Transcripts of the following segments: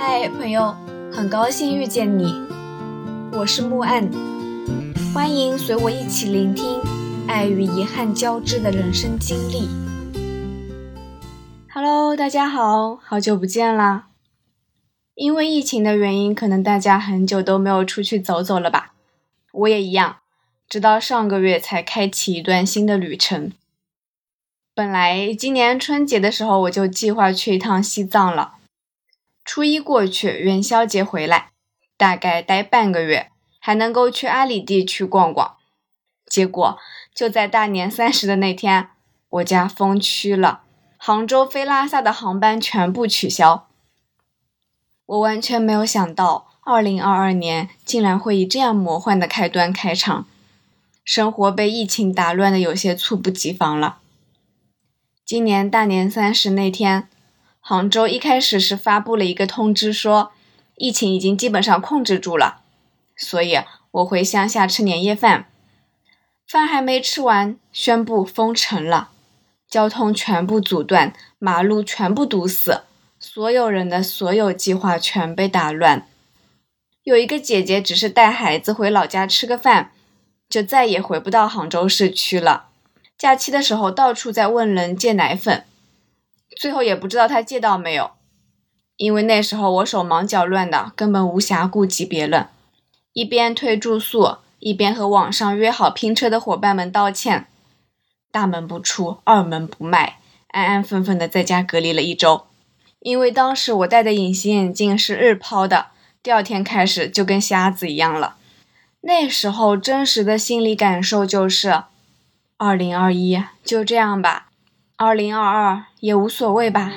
嗨，朋友，很高兴遇见你，我是木岸，欢迎随我一起聆听爱与遗憾交织的人生经历。Hello， 大家好，好久不见啦！因为疫情的原因，可能大家很久都没有出去走走了吧？我也一样，直到上个月才开启一段新的旅程。本来今年春节的时候我就计划去一趟西藏了，初一过去，元宵节回来，大概待半个月，还能够去阿里地区逛逛。结果就在大年30的那天，我家封区了，杭州飞拉萨的航班全部取消。我完全没有想到2022年竟然会以这样魔幻的开端开场，生活被疫情打乱的有些猝不及防了。今年大年30那天，杭州一开始是发布了一个通知说疫情已经基本上控制住了，所以我回乡下吃年夜饭，饭还没吃完，宣布封城了，交通全部阻断，马路全部堵死，所有人的所有计划全被打乱。有一个姐姐只是带孩子回老家吃个饭，就再也回不到杭州市区了。假期的时候到处在问人借奶粉，最后也不知道她借到没有，因为那时候我手忙脚乱的，根本无暇顾及别人，一边退住宿，一边和网上约好拼车的伙伴们道歉，大门不出，二门不迈，安安分分的在家隔离了1周。因为当时我戴的隐形眼镜是日抛的，第2天开始就跟瞎子一样了。那时候真实的心理感受就是2021就这样吧，2022也无所谓吧。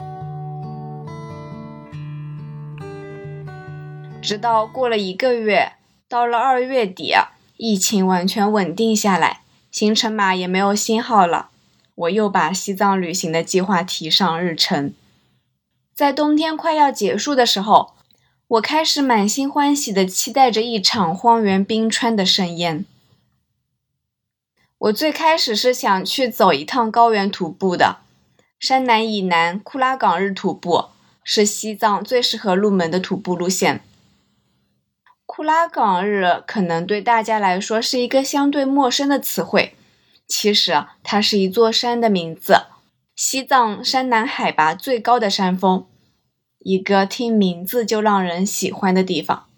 直到过了1个月，到了2月底，疫情完全稳定下来，行程码也没有新号了，我又把西藏旅行的计划提上日程。在冬天快要结束的时候，我开始满心欢喜地期待着一场荒原冰川的盛宴。我最开始是想去走一趟高原徒步的，山南以南库拉岗日徒步是西藏最适合入门的徒步路线。库拉岗日可能对大家来说是一个相对陌生的词汇，其实它是一座山的名字，西藏山南海拔最高的山峰，一个听名字就让人喜欢的地方。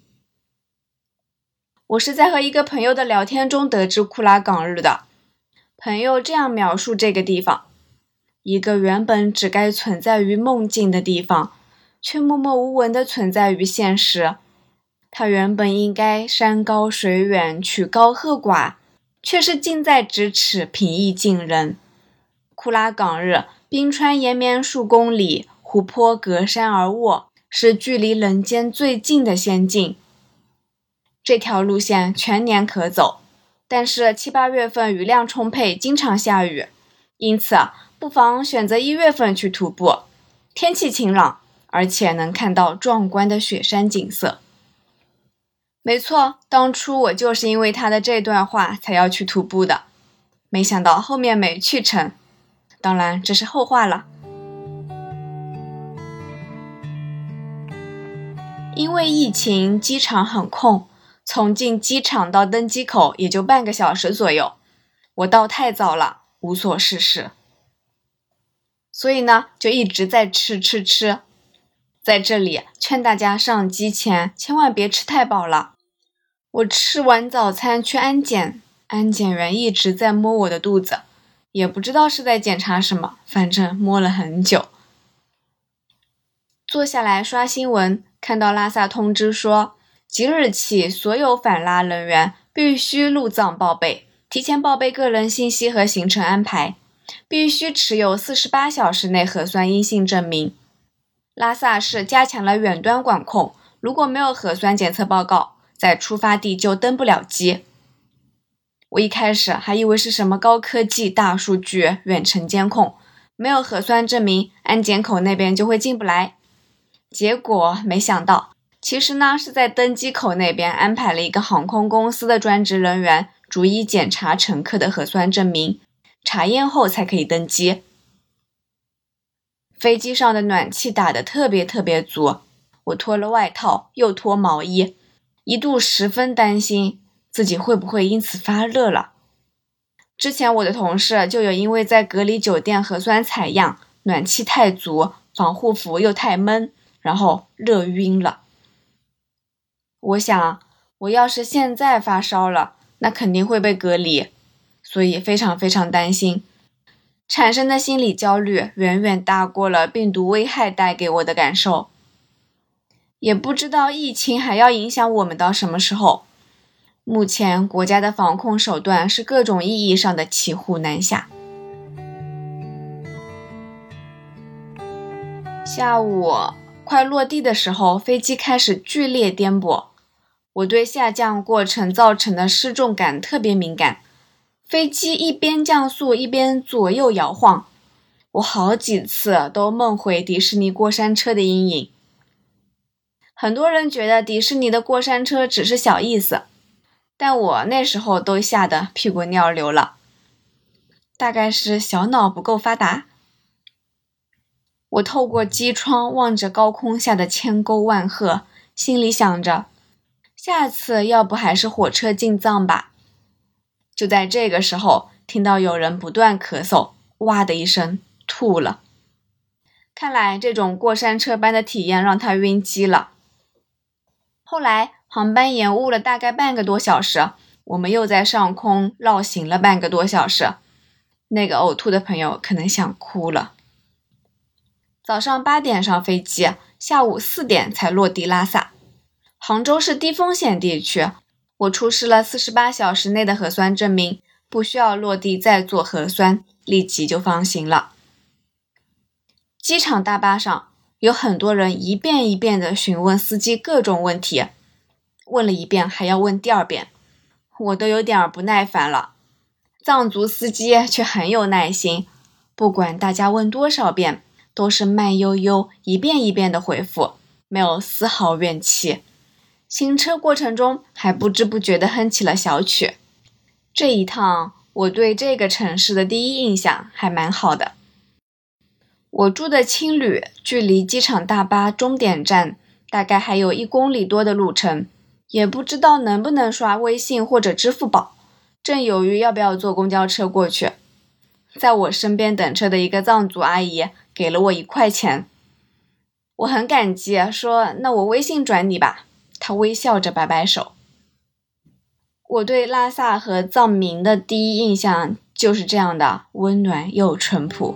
我是在和一个朋友的聊天中得知库拉岗日的，朋友这样描述这个地方：一个原本只该存在于梦境的地方，却默默无闻地存在于现实。它原本应该山高水远，曲高和寡，却是近在咫尺，平易近人。库拉岗日，冰川延绵数公里，湖泊隔山而卧，是距离人间最近的仙境。这条路线全年可走，但是7、8月份雨量充沛，经常下雨，因此不妨选择1月份去徒步，天气晴朗，而且能看到壮观的雪山景色。没错，当初我就是因为他的这段话才要去徒步的，没想到后面没去成，当然这是后话了。因为疫情，机场很空，从进机场到登机口也就半个小时左右，我到太早了，无所事事，所以呢就一直在吃。在这里劝大家上机前千万别吃太饱了。我吃完早餐去安检，安检员一直在摸我的肚子，也不知道是在检查什么，反正摸了很久。坐下来刷新闻，看到拉萨通知说，即日起所有返拉人员必须入藏报备，提前报备个人信息和行程安排，必须持有48小时内核酸阴性证明。拉萨市加强了远端管控，如果没有核酸检测报告，在出发地就登不了机。我一开始还以为是什么高科技、大数据、远程监控，没有核酸证明，安检口那边就会进不来。结果没想到，其实呢是在登机口那边安排了一个航空公司的专职人员，逐一检查乘客的核酸证明，查验后才可以登机。飞机上的暖气打得特别足， 我脱了外套，又脱毛衣，一度十分担心自己会不会因此发热了。之前我的同事就有因为在隔离酒店核酸采样，暖气太足，防护服又太闷，然后热晕了。我想，我要是现在发烧了，那肯定会被隔离，所以非常非常担心。产生的心理焦虑远远大过了病毒危害带给我的感受。也不知道疫情还要影响我们到什么时候。目前国家的防控手段是各种意义上的骑虎难下。下午快落地的时候，飞机开始剧烈颠簸。我对下降过程造成的失重感特别敏感，飞机一边降速一边左右摇晃，我好几次都梦回迪士尼过山车的阴影。很多人觉得迪士尼的过山车只是小意思，但我那时候都吓得屁滚尿流了，大概是小脑不够发达。我透过机窗望着高空下的千沟万壑，心里想着，下次要不还是火车进藏吧。就在这个时候，听到有人不断咳嗽，哇的一声吐了。看来这种过山车般的体验让他晕机了。后来航班延误了大概半个多小时，我们又在上空绕行了半个多小时。那个呕吐的朋友可能想哭了。早上8点上飞机，下午4点才落地拉萨。杭州是低风险地区，我出示了48小时内的核酸证明，不需要落地再做核酸，立即就放行了。机场大巴上有很多人一遍一遍地询问司机各种问题，问了一遍还要问第二遍，我都有点不耐烦了。藏族司机却很有耐心，不管大家问多少遍，都是慢悠悠一遍一遍的回复，没有丝毫怨气。行车过程中还不知不觉地哼起了小曲。这一趟我对这个城市的第一印象还蛮好的。我住的青旅距离机场大巴终点站大概还有1公里多的路程，也不知道能不能刷微信或者支付宝，正犹豫要不要坐公交车过去。在我身边等车的一个藏族阿姨给了我1块钱，我很感激，说那我微信转你吧。她微笑着摆摆手。我对拉萨和藏民的第一印象就是这样的，温暖又淳朴。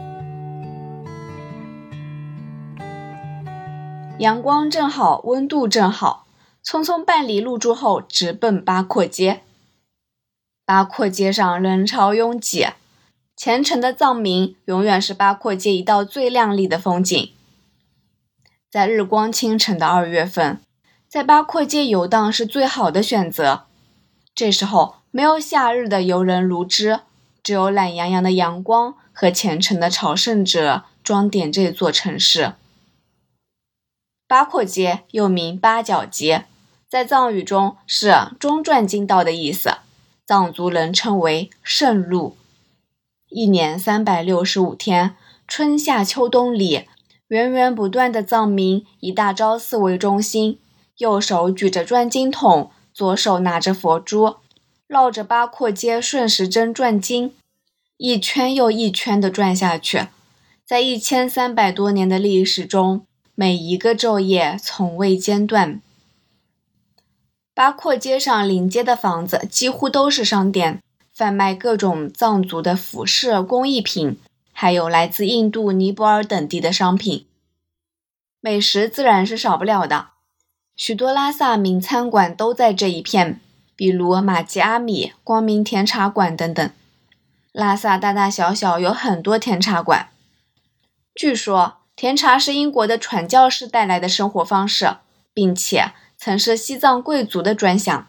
阳光正好，温度正好，匆匆办理入住后直奔八廓街。八廓街上人潮拥挤，虔诚的藏民永远是八廓街一道最亮丽的风景。在日光倾城的2月份，在八廓街游荡是最好的选择。这时候没有夏日的游人如织，只有懒洋洋的阳光和虔诚的朝圣者装点这座城市。八廓街又名八角街，在藏语中是中转经道的意思，藏族人称为圣路。1年365天，春夏秋冬里，源源不断的藏民以大昭寺为中心，右手举着转经筒，左手拿着佛珠，绕着八廓街顺时针转经，一圈又一圈地转下去。在1300多年的历史中，每一个昼夜从未间断。八廓街上临街的房子几乎都是商店，贩卖各种藏族的服饰、工艺品，还有来自印度、尼泊尔等地的商品。美食自然是少不了的，许多拉萨名餐馆都在这一片，比如玛吉阿米、光明甜茶馆等等。拉萨大大小小有很多甜茶馆。据说甜茶是英国的传教士带来的生活方式，并且曾是西藏贵族的专享。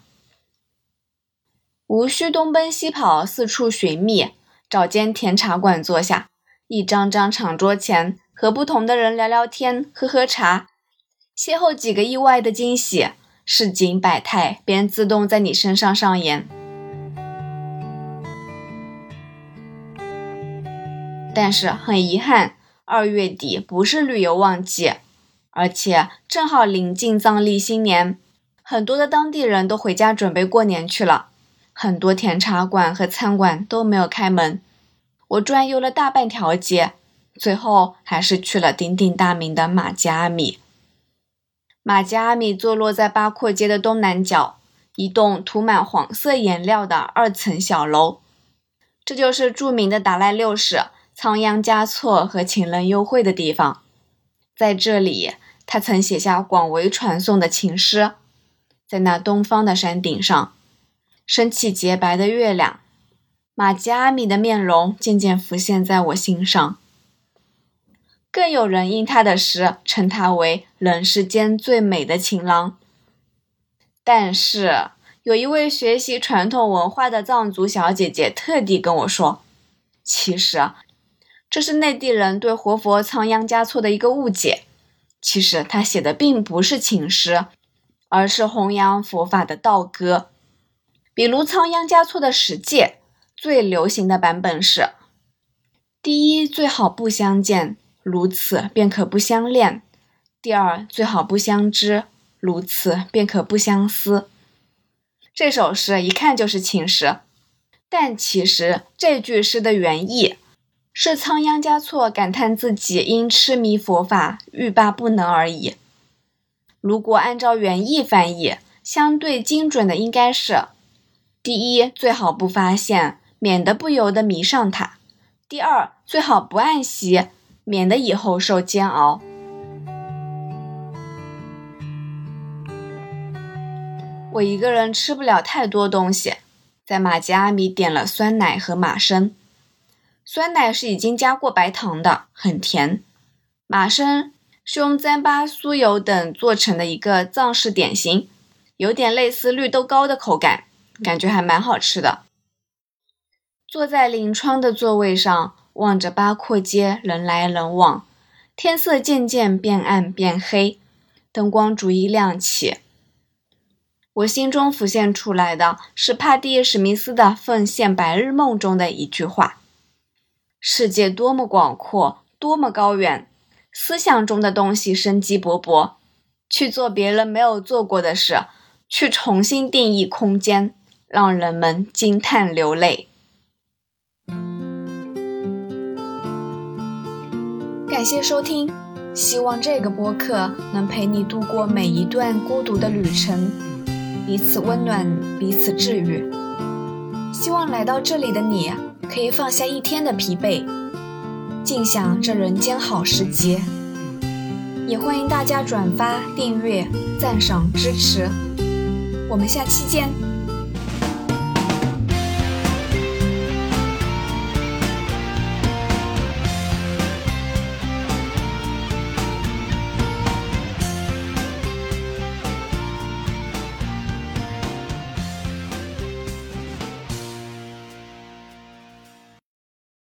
无需东奔西跑四处寻觅，找间甜茶馆坐下，一张张长桌前和不同的人聊聊天，喝喝茶，邂逅几个意外的惊喜，市井百态便自动在你身上上演。但是很遗憾，2月底不是旅游旺季而且正好临近藏历新年，很多的当地人都回家准备过年去了，很多甜茶馆和餐馆都没有开门。我转悠了大半条街，最后还是去了鼎鼎大名的玛吉阿米。玛吉阿米坐落在八廓街的东南角，一栋涂满黄色颜料的2层小楼。这就是著名的达赖六世仓央嘉措和情人幽会的地方。在这里，他曾写下广为传颂的情诗。在那东方的山顶上，升起洁白的月亮，玛吉阿米的面容渐渐浮现在我心上。更有人因他的诗称他为人世间最美的情郎。但是有一位学习传统文化的藏族小姐姐特地跟我说，其实这是内地人对活佛仓央嘉措的一个误解。其实他写的并不是情诗，而是弘扬佛法的道歌。比如仓央嘉措的十戒，最流行的版本是：第一，最好不相见，如此便可不相恋；第二，最好不相知，如此便可不相思。这首诗一看就是情诗，但其实这句诗的原意是仓央嘉措感叹自己因痴迷佛法欲罢不能而已。如果按照原意翻译，相对精准的应该是：第一，最好不发现，免得不由得迷上它；第二，最好不爱惜，免得以后受煎熬。我一个人吃不了太多东西，在玛吉阿米点了酸奶和马参。酸奶是已经加过白糖的，很甜。马参是用糌粑、酥油等做成的一个藏式点心，有点类似绿豆糕的口感，感觉还蛮好吃的。坐在临窗的座位上，望着八廓街人来人往，天色渐渐变暗变黑，灯光逐一亮起。我心中浮现出来的是帕蒂·史密斯的《奉献白日梦》中的一句话：世界多么广阔，多么高远，思想中的东西生机勃勃，去做别人没有做过的事，去重新定义空间，让人们惊叹流泪。感谢收听，希望这个播客能陪你度过每一段孤独的旅程，彼此温暖，彼此治愈。希望来到这里的你可以放下一天的疲惫，尽享这人间好时节。也欢迎大家转发、订阅、赞赏、支持。我们下期见。